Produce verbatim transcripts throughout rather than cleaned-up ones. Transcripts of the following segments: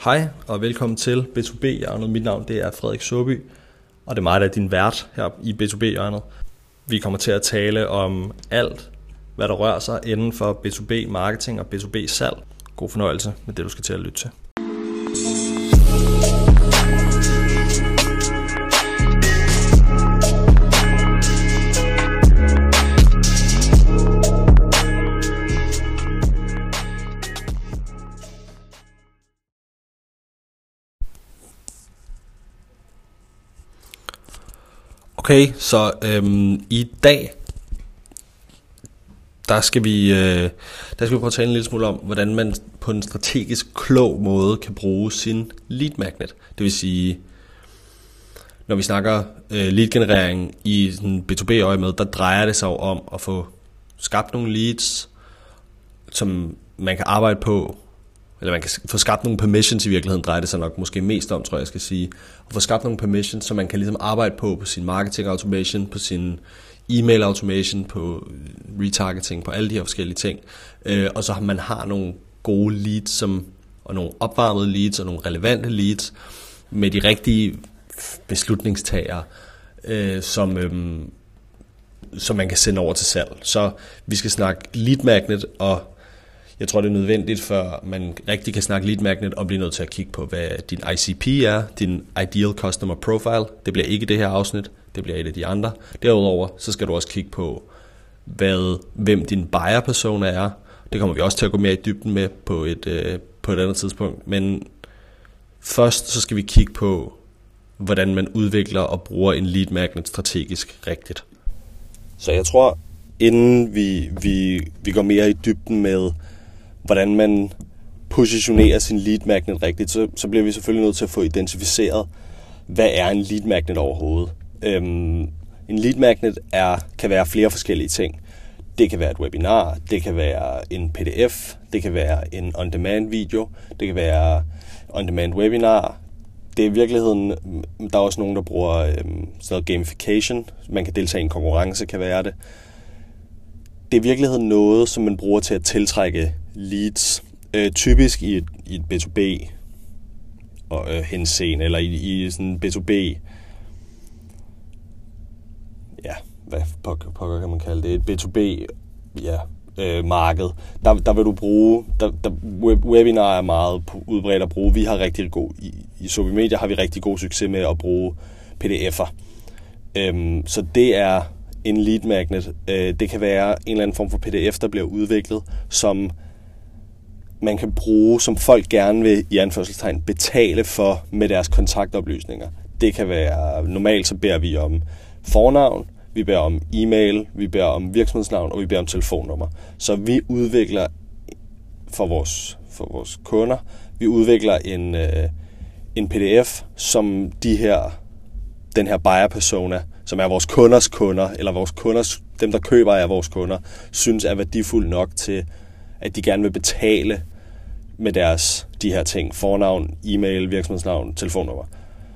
Hej og velkommen til B to B-hjørnet. Mit navn det er Frederik Søby, og det er mig, der er din vært her i B to B-hjørnet. Vi kommer til at tale om alt, hvad der rører sig inden for B to B-marketing og B to B-salg. God fornøjelse med det, du skal til at lytte til. Okay, så øhm, i dag, der skal vi øh, der skal vi prøve at tale en lille smule om, hvordan man på en strategisk klog måde kan bruge sin lead magnet. Det vil sige, når vi snakker øh, lead generering i sådan B to B-øje med, der drejer det sig om at få skabt nogle leads, som man kan arbejde på, eller man kan få skabt nogle permissions. I virkeligheden drejer det sig nok måske mest om, tror jeg, jeg skal sige. At få skabt nogle permissions, så man kan ligesom arbejde på, på sin marketing automation, på sin e-mail automation, på retargeting, på alle de her forskellige ting. Øh, og så har man har nogle gode leads, som, og nogle opvarmede leads, og nogle relevante leads, med de rigtige beslutningstagere, øh, som, øh, som man kan sende over til salg. Så vi skal snakke lead magnet, og jeg tror, det er nødvendigt, for man rigtig kan snakke lead magnet og blive nødt til at kigge på, hvad din I C P er, din Ideal Customer Profile. Det bliver ikke det her afsnit, det bliver et af de andre. Derudover, så skal du også kigge på, hvad, hvem din buyer persona er. Det kommer vi også til at gå mere i dybden med på et, øh, på et andet tidspunkt. Men først så skal vi kigge på, hvordan man udvikler og bruger en lead magnet strategisk rigtigt. Så jeg tror, inden vi, vi, vi går mere i dybden med, hvordan man positionerer sin lead magnet rigtigt, så, så bliver vi selvfølgelig nødt til at få identificeret, hvad er en lead magnet overhovedet. Øhm, en lead magnet er, kan være flere forskellige ting. Det kan være et webinar, det kan være en P D F, det kan være en on-demand video, det kan være on-demand webinar. Det er i virkeligheden, der er også nogen, der bruger øhm, sådan noget gamification. Man kan deltage i en konkurrence, kan være det. Det er i virkeligheden noget, som man bruger til at tiltrække leads, øh, typisk i et, i et B to B og øh, henseende, eller i, i sådan B to B, ja, hvad pokker kan man kalde det, et B to B, ja, øh, marked. Der, der vil du bruge, der, der web, webinar er meget udbredt at bruge. Vi har rigtig god, i, i Sobi Media har vi rigtig god succes med at bruge P D F'er. Øhm, så det er en lead magnet. Øh, det kan være en eller anden form for P D F, der bliver udviklet, som man kan bruge, som folk gerne vil, i anførselstegn, betale for med deres kontaktoplysninger. Det kan være, normalt så beder vi om fornavn, vi beder om e-mail, vi beder om virksomhedsnavn, og vi beder om telefonnummer. Så vi udvikler for vores, for vores kunder, vi udvikler en, øh, en P D F, som de her, den her buyer persona, som er vores kunders kunder, eller vores kunders, dem der køber af vores kunder, synes er værdifuld nok til, at de gerne vil betale med deres, de her ting, fornavn, e-mail, virksomhedsnavn, telefonnummer.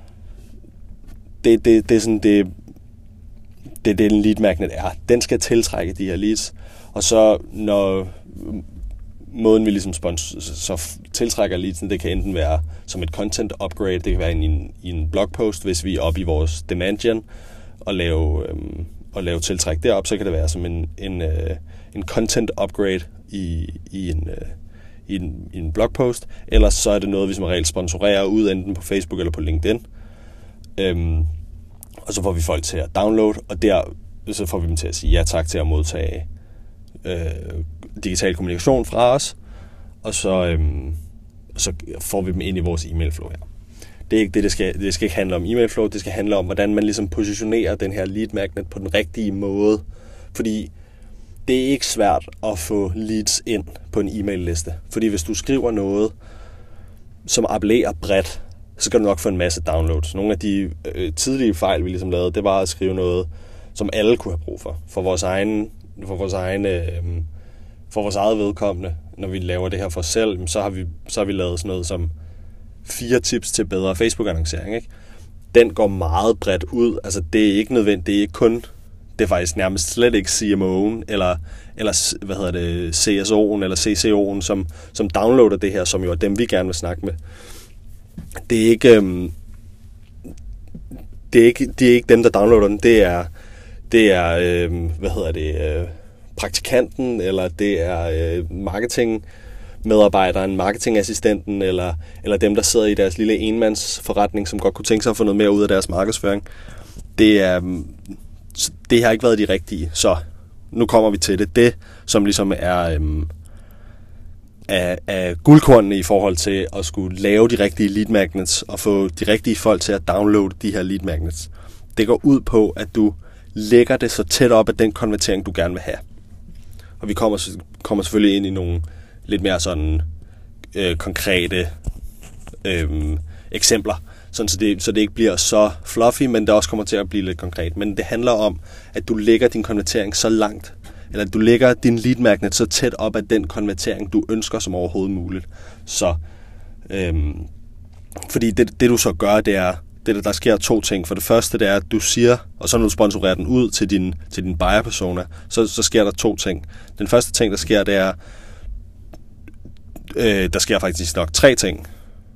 Det, det, det er sådan, det, det er det, en lead magnet er. Den skal tiltrække de her leads, og så når måden vi ligesom spons- så tiltrækker leadsen, det kan enten være som et content upgrade, det kan være i en, i en blogpost, hvis vi er oppe i vores demand gen, og lave, øhm, og lave tiltræk derop, så kan det være som en, en, øh, en content upgrade i, i, en, øh, i, en, i en blogpost, ellers så er det noget, vi som regel sponsorerer ud, enten på Facebook eller på LinkedIn. Øhm, og så får vi folk til at downloade, og der så får vi dem til at sige ja tak til at modtage øh, digital kommunikation fra os, og så, øhm, så får vi dem ind i vores e-mailflow her. Det er ikke det, det skal, det skal ikke handle om e-mailflow, det skal handle om, hvordan man ligesom positionerer den her lead magnet på den rigtige måde. Fordi det er ikke svært at få leads ind på en e-mail-liste. Fordi hvis du skriver noget, som appellerer bredt, så kan du nok få en masse downloads. Nogle af de øh, tidlige fejl, vi ligesom lavede, det var at skrive noget, som alle kunne have brug for. For vores egen, for vores egen, øh, for vores eget vedkommende, når vi laver det her for os selv, så har vi, så har vi lavet sådan noget som fire tips til bedre Facebook-annoncering, ikke? Den går meget bredt ud. Altså, det er ikke nødvendigt. Det er ikke kun, det er faktisk nærmest slet ikke C M O'en, eller, eller hvad hedder det, C S O'en, eller C C O'en, som, som downloader det her, som jo er dem, vi gerne vil snakke med. det er ikke, øhm, det er ikke, det er ikke dem, der downloader den. Det er, det er øhm, hvad hedder det, øh, praktikanten, eller det er øh, marketingmedarbejderen, marketingassistenten, eller, eller dem, der sidder i deres lille enmandsforretning, som godt kunne tænke sig at få noget mere ud af deres markedsføring. Det, er, det har ikke været de rigtige, så nu kommer vi til det. Det, som ligesom er, øhm, er, er guldkornene i forhold til at skulle lave de rigtige lead magnets og få de rigtige folk til at downloade de her lead magnets. Det går ud på, at du lægger det så tæt op af den konvertering, du gerne vil have. Og vi kommer, kommer selvfølgelig ind i nogle lidt mere sådan øh, konkrete øh, eksempler, sådan så, det, så det ikke bliver så fluffy, men det også kommer til at blive lidt konkret. Men det handler om, at du lægger din konvertering så langt, eller at du lægger din lead magnet så tæt op af den konvertering, du ønsker som overhovedet muligt. Så, øh, fordi det, det du så gør, det er, det, der sker to ting. For det første, det er, at du siger, og så når du sponsorerer den ud til din, til din buyer-persona, så, så sker der to ting. Den første ting, der sker, det er, øh, der sker faktisk nok tre ting.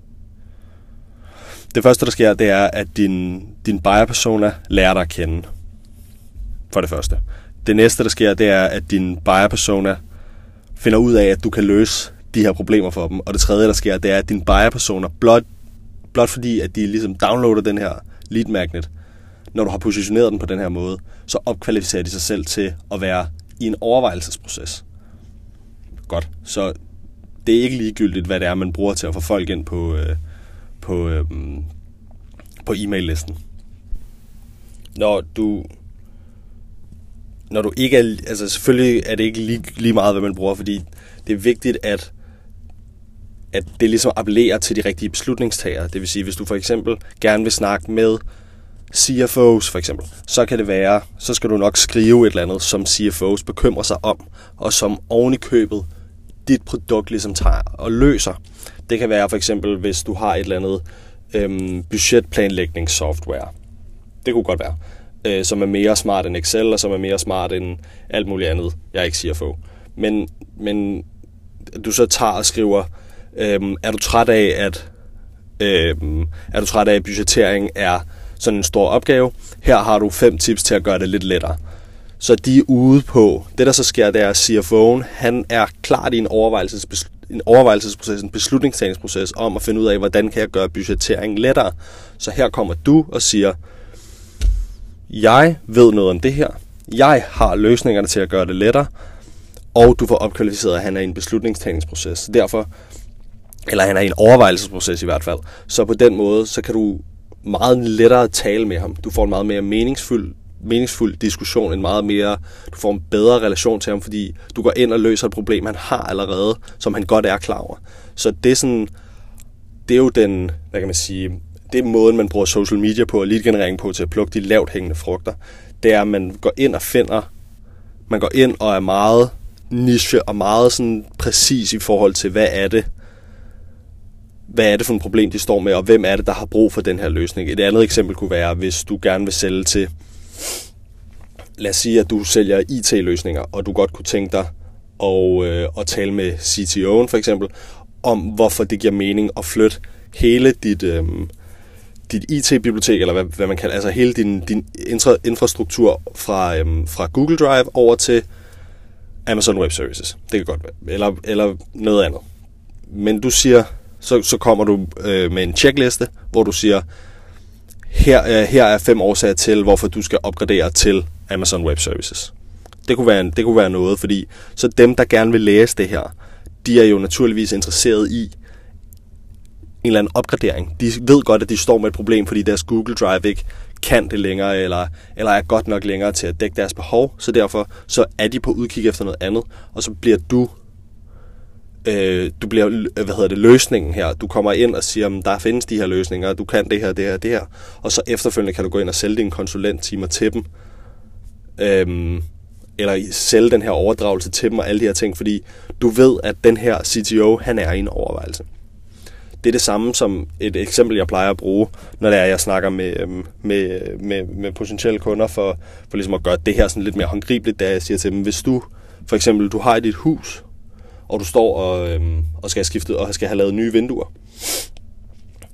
Det første, der sker, det er, at din, din buyer-persona lærer dig at kende. For det første. Det næste, der sker, det er, at din buyer-persona finder ud af, at du kan løse de her problemer for dem. Og det tredje, der sker, det er, at din buyer-persona, blot, blot fordi, at de ligesom downloader den her lead magnet, når du har positioneret den på den her måde, så opkvalificerer de sig selv til at være i en overvejelsesproces. Godt. Så det er ikke ligegyldigt, hvad det er, man bruger til at få folk ind på, øh, på, øh, på e-mail-listen. Når du... Når du ikke er, altså selvfølgelig er det ikke lige, lige meget, hvad man bruger, fordi det er vigtigt, at, at det ligesom appellerer til de rigtige beslutningstagere. Det vil sige, hvis du for eksempel gerne vil snakke med C F O's for eksempel, så kan det være, så skal du nok skrive et eller andet, som C F O's bekymrer sig om, og som oven i købet dit produkt ligesom tager og løser. Det kan være for eksempel, hvis du har et eller andet øhm, budgetplanlægningssoftware. Det kunne godt være. Som er mere smart end Excel, og som er mere smart end alt muligt andet. Jeg er ikke C F O. Men, men du så tager og skriver, øhm, er du træt af, at øhm, er du træt af, at budgettering er sådan en stor opgave? Her har du fem tips til at gøre det lidt lettere. Så de er ude på, det der så sker, det er, at C F O'en, han er klart i en, overvejelses, en overvejelsesproces, en beslutningstagningsproces om at finde ud af, hvordan kan jeg gøre budgettering lettere. Så her kommer du og siger, jeg ved noget om det her. Jeg har løsningerne til at gøre det lettere. Og du får opkvalificeret, at han er i en beslutningstagningsproces. Derfor, eller han er i en overvejelsesproces i hvert fald. Så på den måde, så kan du meget lettere tale med ham. Du får en meget mere meningsfuld, meningsfuld diskussion. En meget mere, du får en bedre relation til ham, fordi du går ind og løser et problem, han har allerede, som han godt er klar over. Så det er sådan, det er jo den, hvad kan man sige, det er måden, man bruger social media på og lead-generering på til at plukke de lavt hængende frugter. Det er, at man går ind og finder, man går ind og er meget niche og meget sådan præcis i forhold til, hvad er det, hvad er det for et problem, de står med, og hvem er det, der har brug for den her løsning. Et andet eksempel kunne være, hvis du gerne vil sælge til, lad os sige, at du sælger I T-løsninger, og du godt kunne tænke dig at, øh, at tale med C T O'en for eksempel, om hvorfor det giver mening at flytte hele dit... Øh, dit I T-bibliotek, eller hvad, hvad man kalder, altså hele din, din infra, infrastruktur fra, øhm, fra Google Drive over til Amazon Web Services. Det kan godt være. Eller, eller noget andet. Men du siger, så, så kommer du øh, med en checkliste, hvor du siger, her, øh, her er fem årsager til, hvorfor du skal opgradere til Amazon Web Services. Det kunne være, det kunne være noget, fordi så dem, der gerne vil læse det her, de er jo naturligvis interesseret i en eller anden opgradering. De ved godt, at de står med et problem, fordi deres Google Drive ikke kan det længere, eller, eller er godt nok længere til at dække deres behov, så derfor så er de på udkig efter noget andet, og så bliver du, øh, du bliver, hvad hedder det, løsningen her. Du kommer ind og siger, at der findes de her løsninger, du kan det her, det her, det her, og så efterfølgende kan du gå ind og sælge dine konsulenttimer til dem, øh, eller sælge den her overdragelse til dem, og alle de her ting, fordi du ved, at den her C T O, han er i en overvejelse. Det er det samme som et eksempel, jeg plejer at bruge, når det er, jeg snakker med, med, med, med potentielle kunder, for, for ligesom at gøre det her sådan lidt mere håndgribeligt, da jeg siger til dem, hvis du for eksempel du har i dit hus, og du står og, øhm, og skal have skiftet og skal have lavet nye vinduer,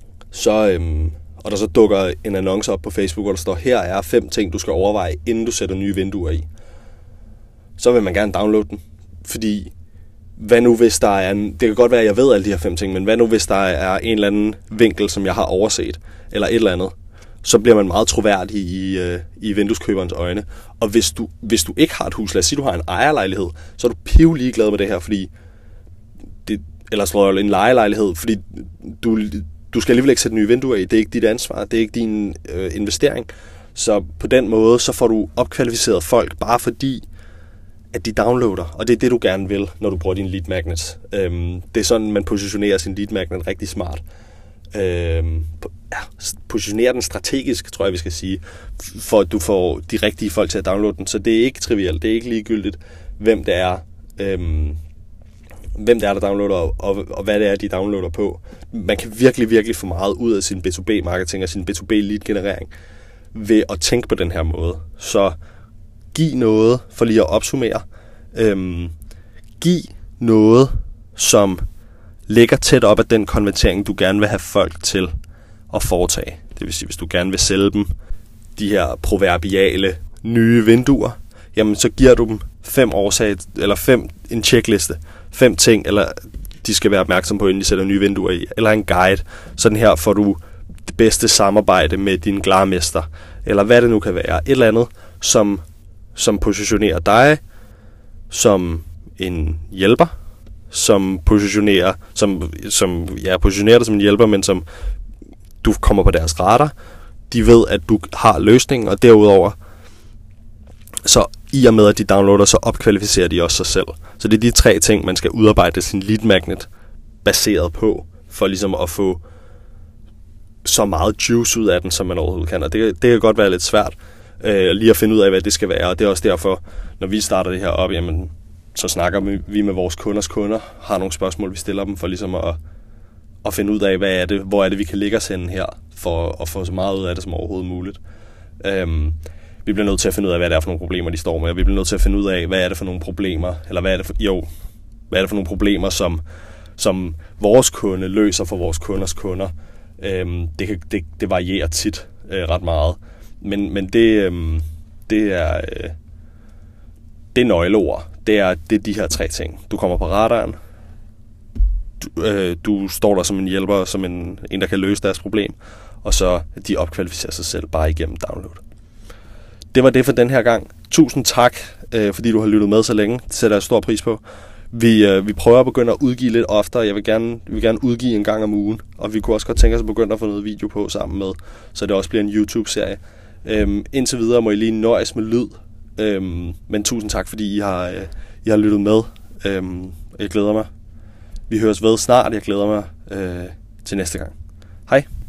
så, øhm, og der så dukker en annonce op på Facebook, hvor der står, her er fem ting, du skal overveje, inden du sætter nye vinduer i. Så vil man gerne downloade den, fordi hvad nu hvis der er en, det kan godt være, at jeg ved alle de her fem ting, men hvad nu hvis der er en eller anden vinkel, som jeg har overset, eller et eller andet, så bliver man meget troværdig i, øh, i vindueskøberens øjne. Og hvis du, hvis du ikke har et hus, lad os sige, du har en ejerlejlighed, så er du pivlig glad med det her, fordi det, eller slår en lejelejlighed, fordi du, du skal alligevel ikke sætte nye vinduer i. Det er ikke dit ansvar, det er ikke din øh, investering. Så på den måde, så får du opkvalificeret folk, bare fordi at de downloader, og det er det, du gerne vil, når du bruger din lead magnet. Øhm, det er sådan, man positionerer sin lead magnet rigtig smart. Øhm, ja, positionerer den strategisk, tror jeg, vi skal sige, for at du får de rigtige folk til at downloade den. Så det er ikke trivielt, det er ikke ligegyldigt, hvem det er, øhm, hvem det er, der downloader, og, og hvad det er, de downloader på. Man kan virkelig, virkelig få meget ud af sin B to B-marketing og sin B to B-lead-generering ved at tænke på den her måde. Så giv noget, for lige at opsummere. Øhm, giv noget, som ligger tæt op af den konvertering, du gerne vil have folk til at foretage. Det vil sige, hvis du gerne vil sælge dem de her proverbiale nye vinduer, jamen så giver du dem fem årsager, eller fem, en checkliste, fem ting, eller de skal være opmærksom på, inden de sætter nye vinduer i, eller en guide. Sådan her får du det bedste samarbejde med din glarmester, eller hvad det nu kan være. Et eller andet, som, som positionerer dig som en hjælper, som positionerer, som, som ja, positionerer dig som en hjælper, men som du kommer på deres radar. De ved, at du har løsningen, og derudover, så i og med, at de downloader, så opkvalificerer de også sig selv. Så det er de tre ting, man skal udarbejde sin lead magnet baseret på, for ligesom at få så meget juice ud af den, som man overhovedet kan. Og det, det kan godt være lidt svært øh, lige at finde ud af, hvad det skal være. Og det er også derfor, når vi starter det her op, jamen, så snakker vi med vores kunders kunder, har nogle spørgsmål, vi stiller dem for ligesom at, at finde ud af, hvad er det, hvor er det, vi kan lægge os henne her, for at få så meget ud af det som overhovedet muligt. Øhm, vi bliver nødt til at finde ud af, hvad det er for nogle problemer, de står med, og vi bliver nødt til at finde ud af, hvad er det for nogle problemer, eller hvad er det for, jo, hvad er det for nogle problemer, som, som vores kunde løser for vores kunders kunder. Øhm, det, kan, det, det varierer tit øh, ret meget, men, men det, øhm, det er øh, det er nøgleord. Det er, det er de her tre ting. Du kommer på radaren, du, øh, du står der som en hjælper, som en, en, der kan løse deres problem, og så de opkvalificerer sig selv bare igennem download. Det var det for den her gang. Tusind tak, øh, fordi du har lyttet med så længe. Det sætter jeg stor pris på. Vi, øh, vi prøver at begynde at udgive lidt oftere. Jeg vil gerne, vil gerne udgive en gang om ugen, og vi kunne også godt tænke os at begynde at få noget video på sammen med, så det også bliver en YouTube-serie. Øhm, indtil videre må I lige nøjes med lyd, øhm, men tusind tak, fordi I har, øh, I har lyttet med. Øhm, jeg glæder mig. Vi høres ved snart. Jeg glæder mig øh, til næste gang. Hej.